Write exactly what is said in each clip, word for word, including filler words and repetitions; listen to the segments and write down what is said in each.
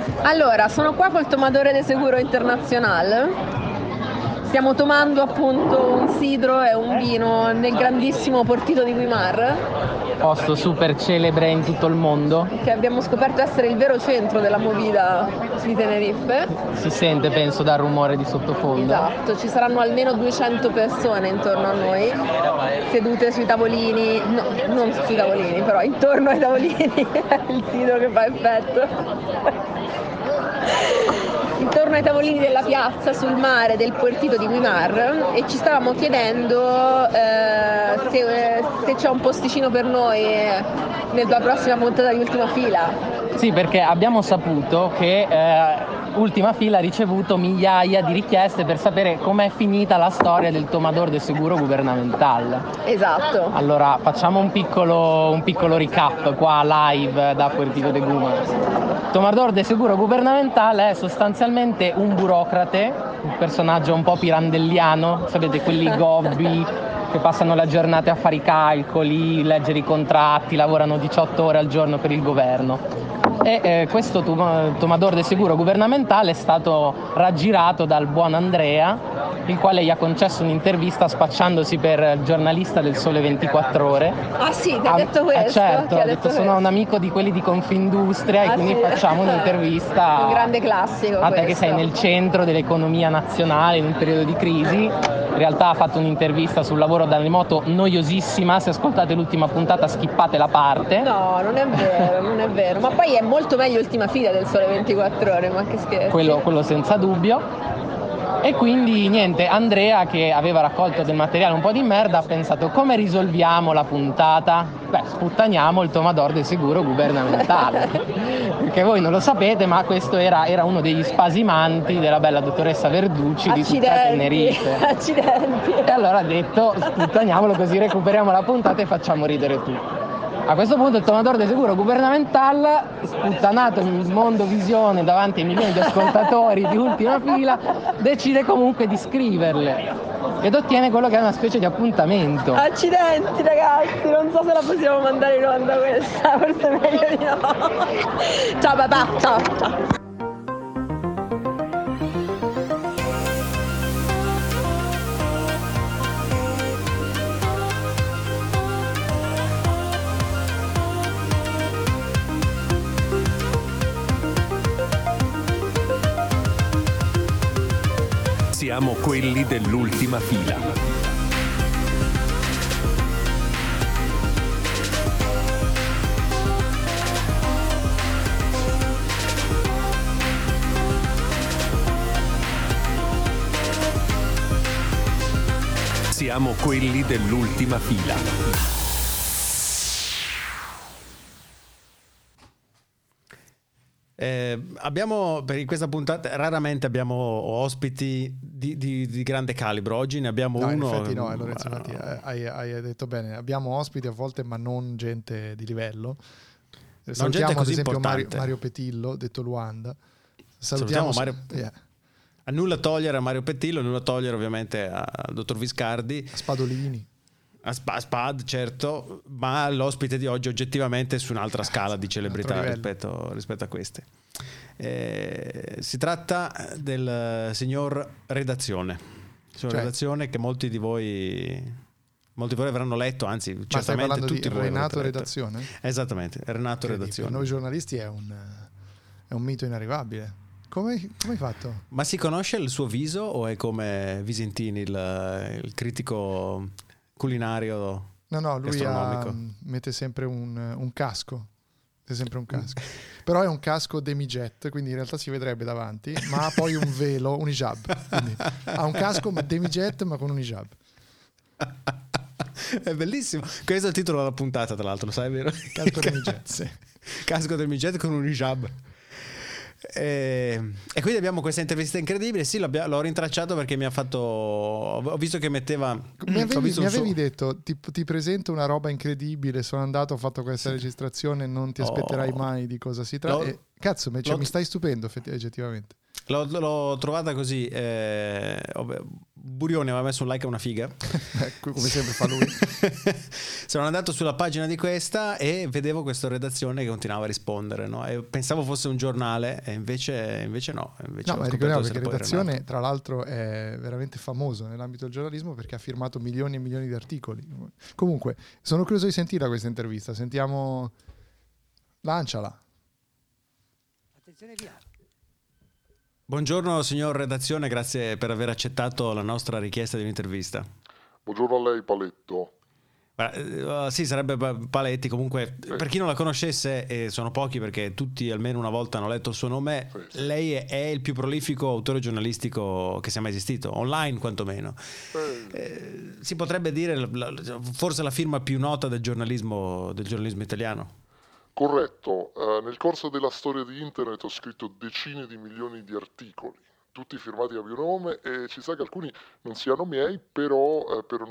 Allora, sono qua col Tomador de Seguro Internacional. Stiamo tomando appunto un sidro e un vino nel grandissimo Portito di Guimar, posto super celebre in tutto il mondo. che abbiamo scoperto essere il vero centro della movida di Tenerife. Si sente, penso, dal rumore di sottofondo. Esatto, ci saranno almeno duecento persone intorno a noi, sedute sui tavolini, no, non sui tavolini, però intorno ai tavolini, il sidro che fa effetto. Intorno ai tavolini della piazza sul mare del Puertito di Guimar, e ci stavamo chiedendo eh, se, se c'è un posticino per noi nella prossima puntata di Ultima Fila. Sì, perché abbiamo saputo che eh, Ultima Fila ha ricevuto migliaia di richieste per sapere com'è finita la storia del Tomador de Seguro Gubernamental. Esatto. Allora, facciamo un piccolo, un piccolo recap qua live da Puertito de Guimar. Tomador de Seguro Gubernamental è sostanzialmente un burocrate, un personaggio un po' pirandelliano, sapete, quelli gobbi che passano la giornata a fare i calcoli, leggere i contratti, lavorano diciotto ore al giorno per il governo. E eh, questo tom- Tomador de Seguro Gubernamental è stato raggirato dal buon Andrea, il quale gli ha concesso un'intervista spacciandosi per giornalista del Sole ventiquattro Ore. Ah sì, ti ha Ah, detto questo? Eh certo, Ti ha detto sono questo? un amico di quelli di Confindustria Ah, e quindi sì? facciamo un'intervista Un grande classico a te che questo. sei nel centro dell'economia nazionale in un periodo di crisi. In realtà ha fatto un'intervista sul lavoro da remoto noiosissima, se ascoltate l'ultima puntata skippate la parte. No, non è vero, non è vero. Ma poi è molto meglio Ultima Fila del Sole ventiquattro Ore, ma che scherzo. Quello, quello senza dubbio. E quindi niente, Andrea, che aveva raccolto del materiale un po' di merda, ha pensato: come risolviamo la puntata? Beh, sputtaniamo il Tomador de Seguro Gubernamentale. Perché voi non lo sapete, ma questo era, era uno degli spasimanti della bella dottoressa Verducci di tutta Tenerife. Accidenti. E allora ha detto: sputtaniamolo, così recuperiamo la puntata e facciamo ridere tutti. A questo punto il Tomador de Seguro Gubernamental, sputtanato in mondo visione davanti ai milioni di ascoltatori di Ultima Fila, decide comunque di scriverle ed ottiene quello che è una specie di appuntamento. Accidenti ragazzi, non so se la possiamo mandare in onda questa, forse è meglio di no. Ciao papà, ciao, ciao. Siamo quelli dell'ultima fila. Siamo quelli dell'ultima fila. Eh, abbiamo per questa puntata raramente abbiamo ospiti di, di, di grande calibro. Oggi ne abbiamo no, uno. In effetti no, Lorenzo, infatti, hai, hai detto bene. Abbiamo ospiti a volte, ma non gente di livello. Non Salutiamo gente ad così esempio Mario, importante. Mario Petillo, detto Luanda. Salutiamo, Salutiamo Mario. Yeah. A nulla togliere a Mario Petillo, a nulla togliere ovviamente al dottor Viscardi, a Spadolini. A Sp- Spad, certo, ma l'ospite di oggi oggettivamente è su un'altra scala di celebrità rispetto, rispetto a queste. Eh, si tratta del signor Redazione, signor cioè, Redazione che molti di voi molti di voi avranno letto, anzi ma certamente tutti di Renato Redazione? Esattamente, Renato Redazione. Per noi giornalisti è un, è un mito inarrivabile. Come, come hai fatto? Ma si conosce il suo viso o è come Visentini, il, il critico culinario? No, no, lui ha, mette sempre un, un casco. Mette sempre un casco. Però è un casco demi-jet, quindi in realtà si vedrebbe davanti, ma ha poi un velo, un hijab. Quindi ha un casco demi-jet ma con un hijab. È bellissimo. Questo è il titolo della puntata, tra l'altro, lo sai, vero? Casco demi-jet, sì. Casco demi-jet con un hijab. E, e quindi abbiamo questa intervista incredibile. Sì, l'ho rintracciato perché mi ha fatto. Ho visto che metteva. Mi avevi, visto mi avevi suo... detto: ti, ti presento una roba incredibile. Sono andato, ho fatto questa sì. registrazione. Non ti aspetterai oh. mai di cosa si tratta. E, cazzo, cioè, mi stai stupendo, oggettivamente. L'ho, l'ho trovata così. Eh, Burioni aveva messo un like a una figa. Ecco, come sempre fa lui. Sono andato sulla pagina di questa e vedevo questa redazione che continuava a rispondere, no? E pensavo fosse un giornale, e invece, invece no. Invece no, ma ricordiamo che redazione, tra l'altro, è veramente famoso nell'ambito del giornalismo perché ha firmato milioni e milioni di articoli. Comunque, sono curioso di sentire questa intervista. Sentiamo. Lanciala. Attenzione, via. Buongiorno signor redazione, grazie per aver accettato la nostra richiesta di un'intervista. Buongiorno a lei, Paletto. Uh, sì, sarebbe Paletti. Comunque, sì. Per chi non la conoscesse, e sono pochi perché tutti almeno una volta hanno letto il suo nome, sì, sì. Lei è, è il più prolifico autore giornalistico che sia mai esistito, online quantomeno. Sì. Eh, si potrebbe dire la, forse la firma più nota del giornalismo, del giornalismo italiano. Corretto, eh, nel corso della storia di internet ho scritto decine di milioni di articoli, tutti firmati a mio nome, e ci sa che alcuni non siano miei, però eh, per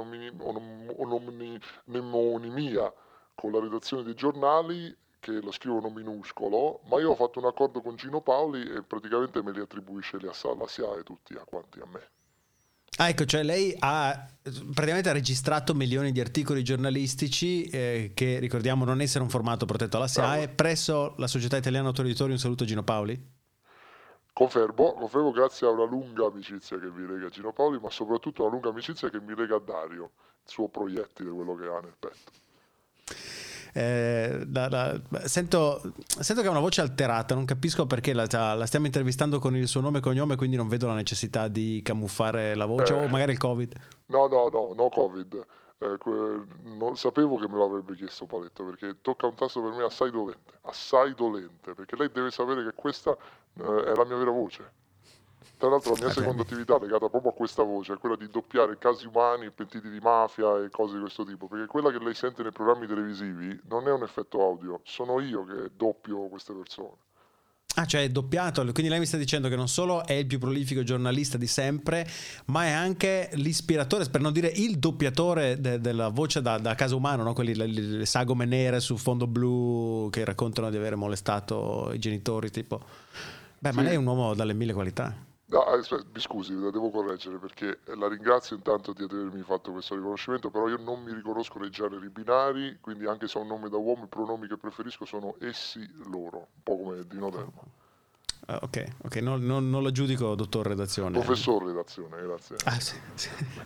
omonimia con la redazione dei giornali, che lo scrivono minuscolo, ma io ho fatto un accordo con Gino Paoli e praticamente me li attribuisce alla S I A E tutti a quanti a me. Ah, ecco, cioè lei ha praticamente ha registrato milioni di articoli giornalistici eh, che, ricordiamo, non essere un formato protetto alla S I A E, presso la Società Italiana Autori Editori. Un saluto a Gino Paoli. Confermo, confermo grazie a una lunga amicizia che mi lega a Gino Paoli, ma soprattutto una lunga amicizia che mi lega a Dario, il suo proiettile, quello che ha nel petto. Eh, la, la, sento, sento che ha una voce alterata, non capisco perché. La, la stiamo intervistando con il suo nome e cognome, quindi non vedo la necessità di camuffare la voce, eh, o magari il Covid. No, no, no, no Covid. Eh, que- non, sapevo che me lo avrebbe chiesto Paletto, perché tocca un tasto per me assai dolente, assai dolente, perché lei deve sapere che questa eh, è la mia vera voce. Tra l'altro la mia seconda attività è legata proprio a questa voce, è quella di doppiare casi umani, pentiti di mafia e cose di questo tipo, perché quella che lei sente nei programmi televisivi non è un effetto audio, sono io che doppio queste persone. Ah, cioè è doppiato, quindi lei mi sta dicendo che non solo è il più prolifico giornalista di sempre, ma è anche l'ispiratore, per non dire il doppiatore de- della voce da, da caso umano, no? Quelli, le, le sagome nere su fondo blu che raccontano di aver molestato i genitori, tipo. Beh, sì. Ma lei è un uomo dalle mille qualità. No, aspetta, mi scusi, la devo correggere perché la ringrazio intanto di avermi fatto questo riconoscimento, però io non mi riconosco nei generi binari, quindi anche se ho un nome da uomo, i pronomi che preferisco sono essi, loro, un po' come Dino Delmo. Uh, ok, ok, non, non, non lo giudico dottor redazione. Professor redazione, grazie. Ah, sì, sì.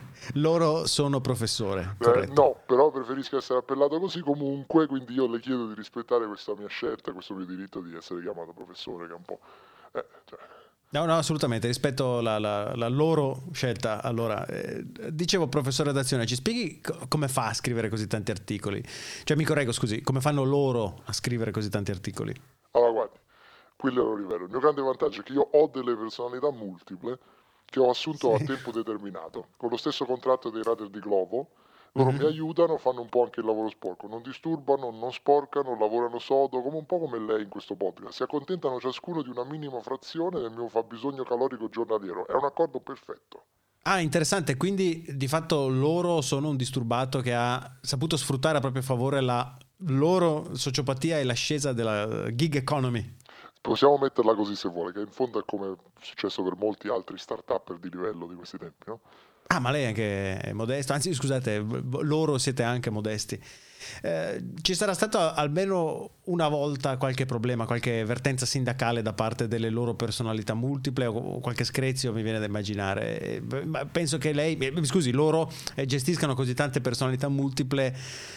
Loro sono professore. Eh, no, però preferisco essere appellato così comunque, quindi io le chiedo di rispettare questa mia scelta, questo mio diritto di essere chiamato professore, che è un po'... Eh, cioè... No, no, assolutamente, rispetto la, la, la loro scelta. Allora, eh, dicevo, professore redazione, ci spieghi co- come fa a scrivere così tanti articoli? Cioè, mi correggo, scusi, come fanno loro a scrivere così tanti articoli? Allora, guardi, quello lo rivelo. Il mio grande vantaggio è che io ho delle personalità multiple che ho assunto sì. a tempo determinato, con lo stesso contratto dei radar di Globo. Loro mm-hmm. mi aiutano, fanno un po' anche il lavoro sporco, non disturbano, non sporcano, lavorano sodo, come un po' come lei in questo podcast. Si accontentano ciascuno di una minima frazione del mio fabbisogno calorico giornaliero. È un accordo perfetto. Ah, interessante. Quindi di fatto loro sono un disturbato che ha saputo sfruttare a proprio favore la loro sociopatia e l'ascesa della gig economy. Possiamo metterla così se vuole, che in fondo è come è successo per molti altri start-up di livello di questi tempi, no? Ah, ma lei anche è modesto, anzi scusate, loro siete anche modesti. Eh, ci sarà stato almeno una volta qualche problema, qualche vertenza sindacale da parte delle loro personalità multiple o qualche screzio, mi viene da immaginare. Ma penso che lei, mi scusi, loro gestiscano così tante personalità multiple,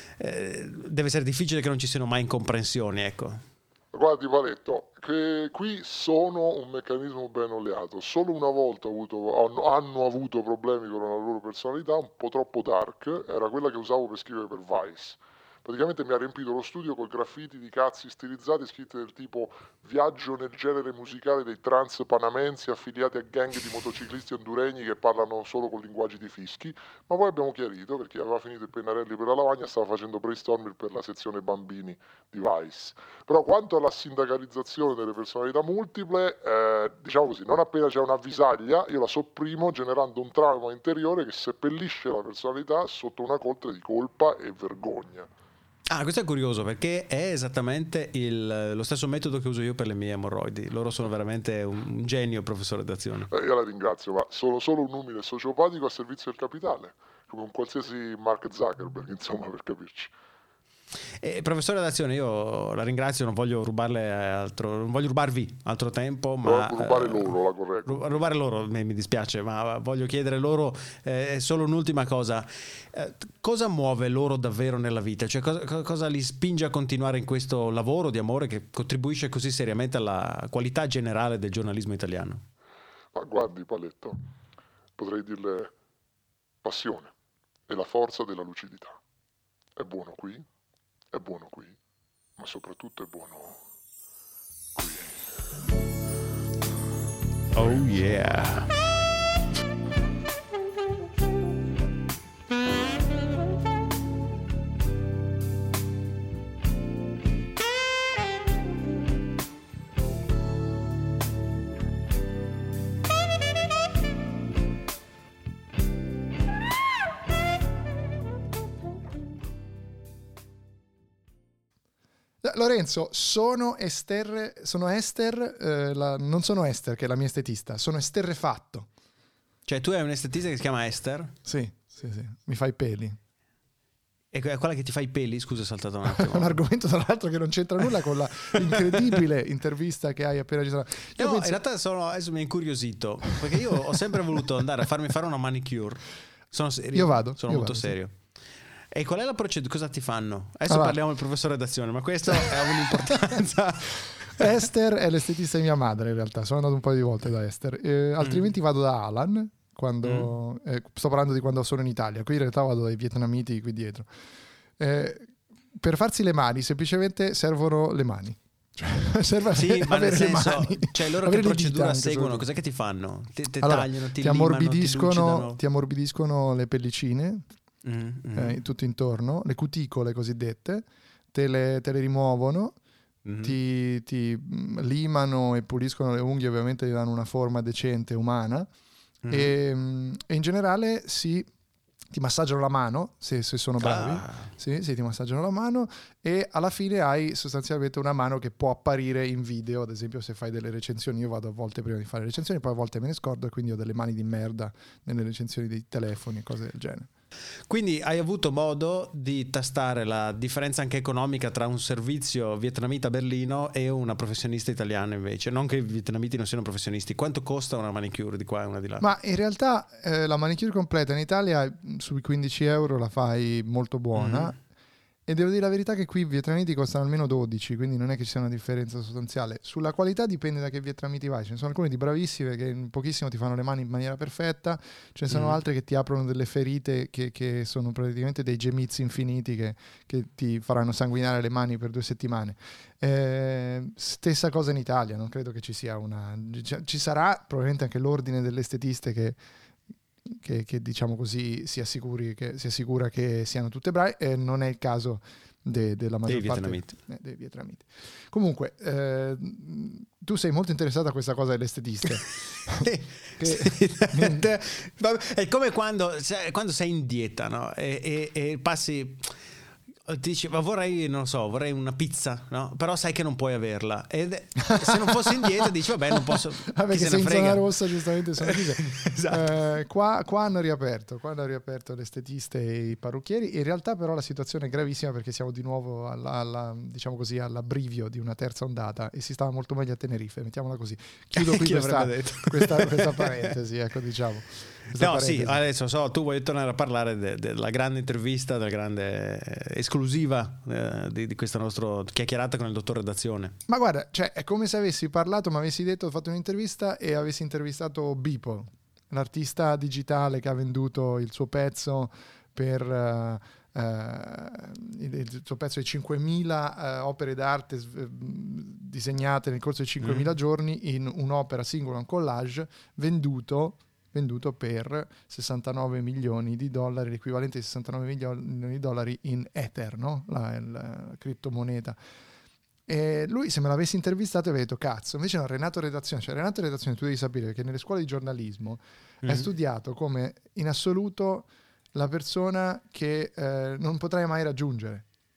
eh, deve essere difficile che non ci siano mai incomprensioni, ecco. Guardi Paletto, che qui sono un meccanismo ben oleato. Solo una volta ho avuto, hanno, hanno avuto problemi con la loro personalità, un po' troppo dark, era quella che usavo per scrivere per Vice. Praticamente mi ha riempito lo studio con graffiti di cazzi stilizzati scritti del tipo viaggio nel genere musicale dei trans panamensi affiliati a gang di motociclisti honduregni che parlano solo con linguaggi di fischi, ma poi abbiamo chiarito perché aveva finito i pennarelli per la lavagna, stava facendo brainstorming per la sezione bambini di Vice. Però quanto alla sindacalizzazione delle personalità multiple, eh, diciamo così, non appena c'è un'avvisaglia io la sopprimo generando un trauma interiore che seppellisce la personalità sotto una coltre di colpa e vergogna. Ah, questo è curioso perché è esattamente il, lo stesso metodo che uso io per le mie emorroidi. Loro sono veramente un, un genio, professore d'azione. Eh, io la ringrazio, ma sono solo un umile sociopatico a servizio del capitale, come un qualsiasi Mark Zuckerberg, insomma, per capirci. Eh, professore d'azione, io la ringrazio, non voglio rubarle altro, non voglio rubarvi altro tempo, ma No, rubare eh, loro, la correggo. Rubare loro, mi, mi dispiace, ma voglio chiedere loro eh, solo un'ultima cosa. Eh, cosa muove loro davvero nella vita? Cioè, cosa, cosa li spinge a continuare in questo lavoro di amore che contribuisce così seriamente alla qualità generale del giornalismo italiano? Ma guardi, Paletto, potrei dirle passione e la forza della lucidità. È buono qui, è buono qui, ma soprattutto è buono qui. Oh yeah. Lorenzo, sono Ester, sono Esther, eh, la, non sono Esther che è la mia estetista, sono esterrefatto. Cioè tu hai un estetista che si chiama Esther? Sì, sì, sì, mi fa i peli. E è quella che ti fa i peli? Scusa, è saltato un attimo. Un argomento tra l'altro che non c'entra nulla con la incredibile intervista che hai appena citato. Io No, penso... in realtà sono, adesso mi è incuriosito, perché io ho sempre voluto andare a farmi fare una manicure. Sono serio. Io vado. Sono io molto vado, serio. Sì. E qual è la procedura? Cosa ti fanno? Adesso allora, parliamo del professore d'azione, ma questo ha un'importanza. Esther è l'estetista di mia madre in realtà, sono andato un paio di volte da Esther, eh, altrimenti mm. vado da Alan, quando, mm. eh, sto parlando di quando sono in Italia, qui in realtà vado dai vietnamiti qui dietro. Eh, per farsi le mani semplicemente servono le mani. Cioè, serve sì, ma nel senso, mani, cioè loro che procedura seguono? Cos'è che ti fanno? Ti, ti allora, tagliano, ti, ti limano, ammorbidiscono, ti, ti ammorbidiscono le pellicine. Mm-hmm. Eh, tutto intorno, le cuticole cosiddette, te le, te le rimuovono, mm-hmm. ti, ti limano e puliscono le unghie, ovviamente gli danno una forma decente, umana, mm-hmm. e, e in generale si, ti massaggiano la mano, se, se sono bravi, ah. sì, sì, ti massaggiano la mano e alla fine hai sostanzialmente una mano che può apparire in video, ad esempio se fai delle recensioni, io vado a volte prima di fare recensioni, poi a volte me ne scordo e quindi ho delle mani di merda nelle recensioni dei telefoni e cose del genere. Quindi hai avuto modo di tastare la differenza anche economica tra un servizio vietnamita a Berlino e una professionista italiana invece? Non che i vietnamiti non siano professionisti. Quanto costa una manicure di qua e una di là? Ma in realtà eh, la manicure completa in Italia sui quindici euro la fai molto buona. Mm. E devo dire la verità che qui i vietnamiti costano almeno dodici, quindi non è che ci sia una differenza sostanziale. Sulla qualità dipende da che vietnamiti vai. Ce ne sono alcuni di bravissime che in pochissimo ti fanno le mani in maniera perfetta, ce ne sono mm. altre che ti aprono delle ferite che, che sono praticamente dei gemizi infiniti che, che ti faranno sanguinare le mani per due settimane. Eh, stessa cosa in Italia, non credo che ci sia una... Ci sarà probabilmente anche l'ordine delle estetiste che... Che, che diciamo così si assicuri che si assicura che siano tutte bravi e non è il caso de, della maggior dei parte vietnamiti. Eh, dei vietnamiti. Comunque eh, tu sei molto interessato a questa cosa dell'estetista. che, è come quando, quando sei in dieta, no? e, e, e passi ti dici, ma vorrei, non so, vorrei una pizza, no? Però sai che non puoi averla. E se non fossi in dieta dici, vabbè, non posso. Vabbè, che sei in frega. zona rossa, giustamente sono chiuse. Esatto. eh, qua, qua hanno riaperto, qua hanno riaperto le estetiste e i parrucchieri. In realtà, però, la situazione è gravissima perché siamo di nuovo alla, alla, diciamo così, all'abbrivio di una terza ondata e si stava molto meglio a Tenerife, mettiamola così. Chiudo qui questa, questa, questa parentesi, ecco, diciamo. No, parentesi. Sì, adesso so, tu vuoi tornare a parlare de, de, della grande intervista, della grande esclusiva eh, di, di questa nostra chiacchierata con il dottore d'azione. Ma guarda, cioè, è come se avessi parlato, mi avessi detto, ho fatto un'intervista e avessi intervistato Beeple, l'artista digitale che ha venduto il suo pezzo per... Uh, Uh, il, il suo pezzo di cinquemila uh, opere d'arte uh, disegnate nel corso di cinquemila mm. giorni in un'opera singola, un collage venduto, venduto per sessantanove milioni di dollari, l'equivalente di sessantanove milioni di dollari in Ether, no? la, la criptomoneta. E lui, se me l'avessi intervistato, aveva detto cazzo, invece no, Renato Redazione, cioè Renato Redazione, tu devi sapere che nelle scuole di giornalismo mm. è studiato come in assoluto la persona che eh, non potrai mai raggiungere.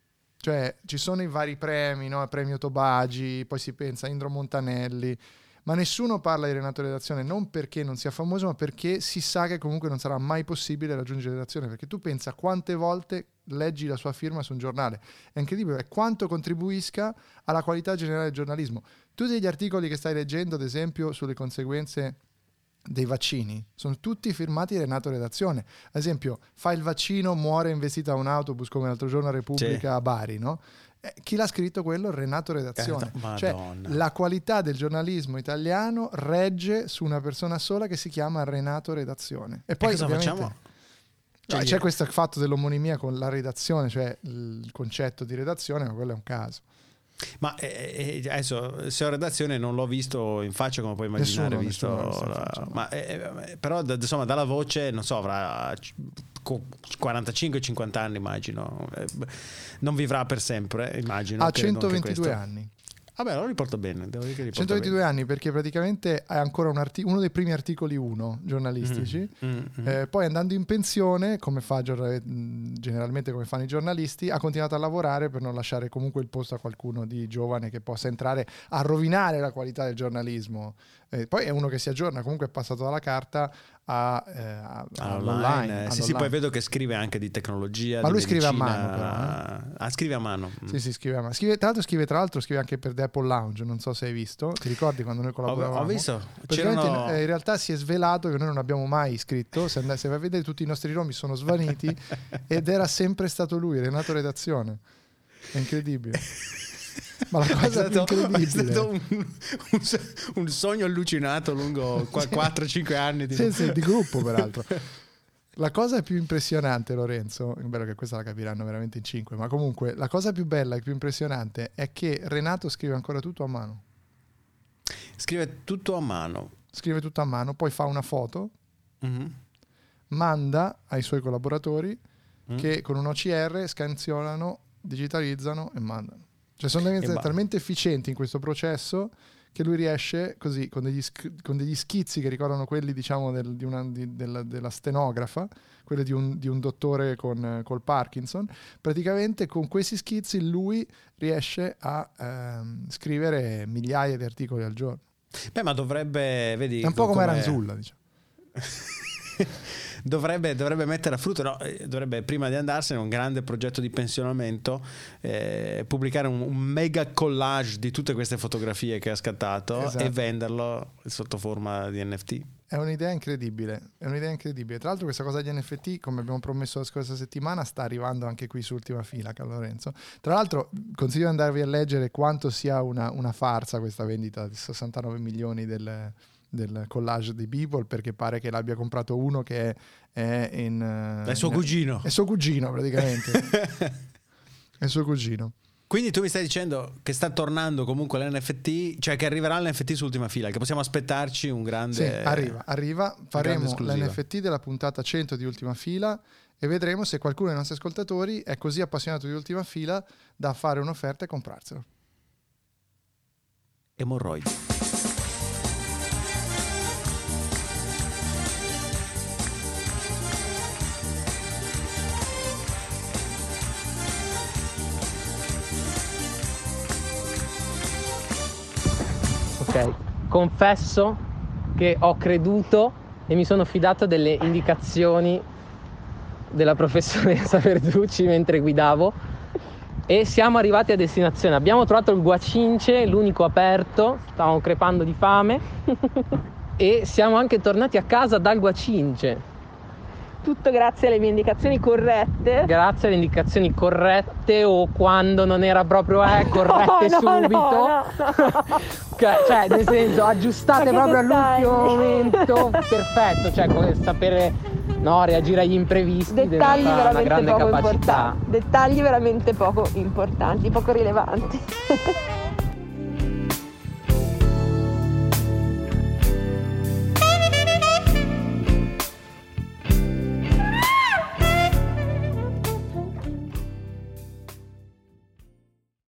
Cioè ci sono i vari premi, no? Il premio Tobagi, poi si pensa a Indro Montanelli, ma nessuno parla di Renato Redazione, non perché non sia famoso, ma perché si sa che comunque non sarà mai possibile raggiungere Redazione, perché tu pensa quante volte leggi la sua firma su un giornale, è incredibile, è quanto contribuisca alla qualità generale del giornalismo. Tutti gli articoli che stai leggendo, ad esempio, sulle conseguenze dei vaccini, sono tutti firmati Renato Redazione. Ad esempio, fa il vaccino, muore investito da un autobus, come l'altro giorno a Repubblica, sì, a Bari, no? Eh, chi l'ha scritto quello? Renato Redazione. Eh, cioè, la qualità del giornalismo italiano regge su una persona sola che si chiama Renato Redazione. E poi e cosa ovviamente facciamo? Cioè, Cioè, c'è questo fatto dell'omonimia con la redazione, cioè il concetto di redazione, ma quello è un caso. Ma eh, eh, adesso se ho redazione non l'ho visto in faccia, come puoi immaginare, Nessuno, visto nessuno la, faccia, ma eh, però da, insomma dalla voce non so, avrà quarantacinque cinquanta anni immagino, eh, non vivrà per sempre immagino. Ha centoventidue anni. Vabbè, lo riporto bene, devo dire che riporto centoventidue bene. Anni, perché praticamente è ancora un arti- uno dei primi articoli uno giornalistici. Mm, mm, mm. Eh, poi andando in pensione, come fa gior- generalmente come fanno i giornalisti, ha continuato a lavorare per non lasciare comunque il posto a qualcuno di giovane che possa entrare a rovinare la qualità del giornalismo. Eh, poi è uno che si aggiorna, comunque è passato dalla carta a, eh, a, all'online. Eh, sì, sì, poi vedo che scrive anche di tecnologia. Ma di lui medicina. scrive a mano, però. Eh? Ah, scrive a mano. Sì, sì, scrive a mano. Scrive, tra l'altro scrive, tra l'altro scrive anche per The Apple Lounge, non so se hai visto. Ti ricordi quando noi collaboravamo? Ho, ho visto. Praticamente C'erano... in, in realtà si è svelato che noi non abbiamo mai scritto. Se, and- se vai a vedere, tutti i nostri nomi sono svaniti ed era sempre stato lui, Renato Redazione. È incredibile. Ma la cosa è stato, più incredibile è stato un, un, un sogno allucinato lungo quattro cinque anni di... Sì, sì, di gruppo peraltro. La cosa più impressionante, Lorenzo, è bello che questa la capiranno veramente in cinque, ma comunque la cosa più bella e più impressionante è che Renato scrive ancora tutto a mano. Scrive tutto a mano. Scrive tutto a mano, poi fa una foto, mm-hmm. manda ai suoi collaboratori mm. che con un O C R scansionano, digitalizzano e mandano. Cioè sono talmente, talmente efficienti in questo processo che lui riesce così con degli, sc- con degli schizzi che ricordano quelli, diciamo, del, di una, di, della, della stenografa, quelli di un, di un dottore con col Parkinson. Praticamente con questi schizzi lui riesce a ehm, scrivere migliaia di articoli al giorno. Beh, ma dovrebbe, vedi, è un po' come come... Ranzulla, diciamo. Dovrebbe, dovrebbe mettere a frutto, no, dovrebbe prima di andarsene un grande progetto di pensionamento, eh, pubblicare un, un mega collage di tutte queste fotografie che ha scattato, esatto, e venderlo sotto forma di N F T. È un'idea incredibile, è un'idea incredibile. Tra l'altro questa cosa di N F T, come abbiamo promesso la scorsa settimana, sta arrivando anche qui su Ultima Fila, Carlo Lorenzo. Tra l'altro consiglio di andarvi a leggere quanto sia una, una farsa questa vendita di sessantanove milioni del... del collage di Beeple, perché pare che l'abbia comprato uno che è, è in... È suo in, cugino. È suo cugino praticamente. È suo cugino. Quindi tu mi stai dicendo che sta tornando comunque l'N F T, cioè che arriverà l'N F T su Ultima Fila, che possiamo aspettarci un grande... Sì, arriva, arriva. Faremo l'N F T della puntata cento di Ultima Fila e vedremo se qualcuno dei nostri ascoltatori è così appassionato di Ultima Fila da fare un'offerta e comprarselo. Emorroidi. Ok, confesso che ho creduto e mi sono fidato delle indicazioni della professoressa Verducci mentre guidavo e siamo arrivati a destinazione. Abbiamo trovato il Guacince, l'unico aperto, stavamo crepando di fame e siamo anche tornati a casa dal Guacince. Tutto grazie alle mie indicazioni corrette. Grazie alle indicazioni corrette, o quando non era proprio eh, corrette no, no, subito. No, no. Cioè, nel senso, aggiustate proprio all'ultimo momento. Perfetto, cioè sapere no, reagire agli imprevisti. Dettagli veramente una grande poco capacità. importanti. Dettagli veramente poco importanti, poco rilevanti.